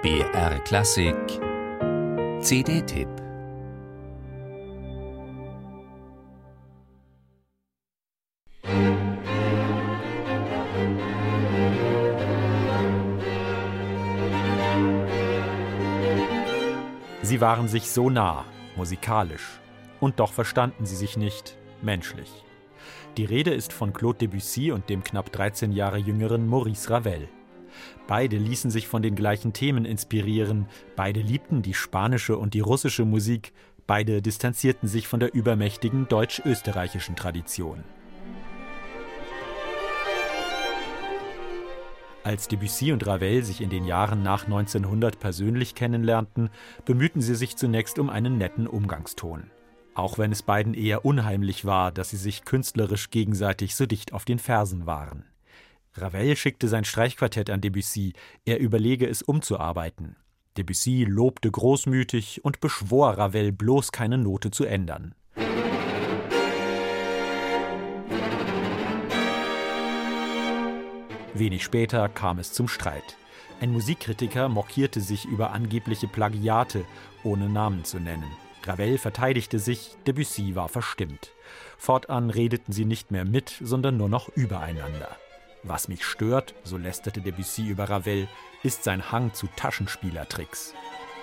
BR Klassik CD-Tipp. Sie waren sich so nah, musikalisch, und doch verstanden sie sich nicht, menschlich. Die Rede ist von Claude Debussy und dem knapp 13 Jahre jüngeren Maurice Ravel. Beide ließen sich von den gleichen Themen inspirieren, beide liebten die spanische und die russische Musik, beide distanzierten sich von der übermächtigen deutsch-österreichischen Tradition. Als Debussy und Ravel sich in den Jahren nach 1900 persönlich kennenlernten, bemühten sie sich zunächst um einen netten Umgangston. Auch wenn es beiden eher unheimlich war, dass sie sich künstlerisch gegenseitig so dicht auf den Fersen waren. Ravel schickte sein Streichquartett an Debussy, er überlege es umzuarbeiten. Debussy lobte großmütig und beschwor Ravel, bloß keine Note zu ändern. Wenig später kam es zum Streit. Ein Musikkritiker mokierte sich über angebliche Plagiate, ohne Namen zu nennen. Ravel verteidigte sich, Debussy war verstimmt. Fortan redeten sie nicht mehr mit, sondern nur noch übereinander. Was mich stört, so lästerte Debussy über Ravel, ist sein Hang zu Taschenspielertricks.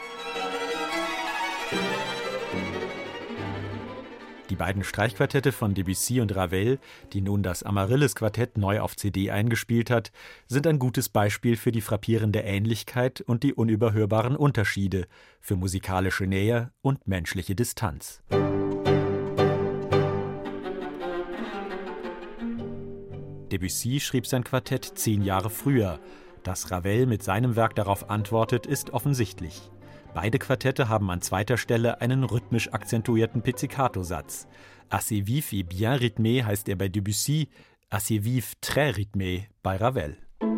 Die beiden Streichquartette von Debussy und Ravel, die nun das Amaryllis-Quartett neu auf CD eingespielt hat, sind ein gutes Beispiel für die frappierende Ähnlichkeit und die unüberhörbaren Unterschiede, für musikalische Nähe und menschliche Distanz. Debussy schrieb sein Quartett 10 Jahre früher. Dass Ravel mit seinem Werk darauf antwortet, ist offensichtlich. Beide Quartette haben an zweiter Stelle einen rhythmisch akzentuierten Pizzicato-Satz. Assez vif et bien rythmé heißt er bei Debussy, assez vif très rythmé bei Ravel.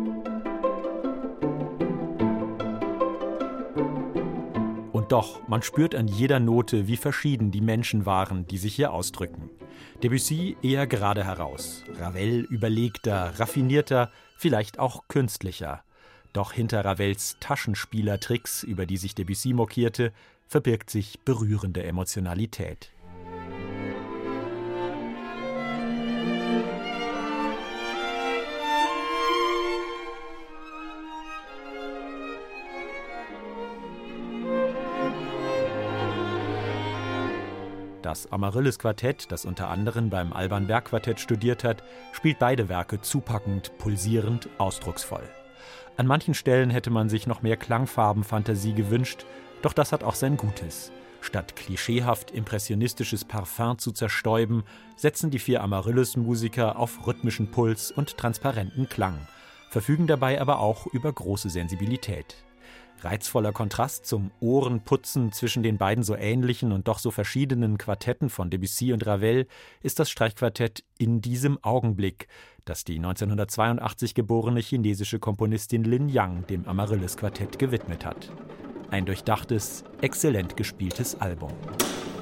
Und doch, man spürt an jeder Note, wie verschieden die Menschen waren, die sich hier ausdrücken. Debussy eher gerade heraus, Ravel überlegter, raffinierter, vielleicht auch künstlicher. Doch hinter Ravels Taschenspielertricks, über die sich Debussy mokierte, verbirgt sich berührende Emotionalität. Das Amaryllis-Quartett, das unter anderem beim Alban Berg-Quartett studiert hat, spielt beide Werke zupackend, pulsierend, ausdrucksvoll. An manchen Stellen hätte man sich noch mehr Klangfarbenfantasie gewünscht, doch das hat auch sein Gutes. Statt klischeehaft impressionistisches Parfum zu zerstäuben, setzen die 4 Amaryllis-Musiker auf rhythmischen Puls und transparenten Klang, verfügen dabei aber auch über große Sensibilität. Reizvoller Kontrast zum Ohrenputzen zwischen den beiden so ähnlichen und doch so verschiedenen Quartetten von Debussy und Ravel ist das Streichquartett In diesem Augenblick, das die 1982 geborene chinesische Komponistin Lin Yang dem Amaryllis-Quartett gewidmet hat. Ein durchdachtes, exzellent gespieltes Album.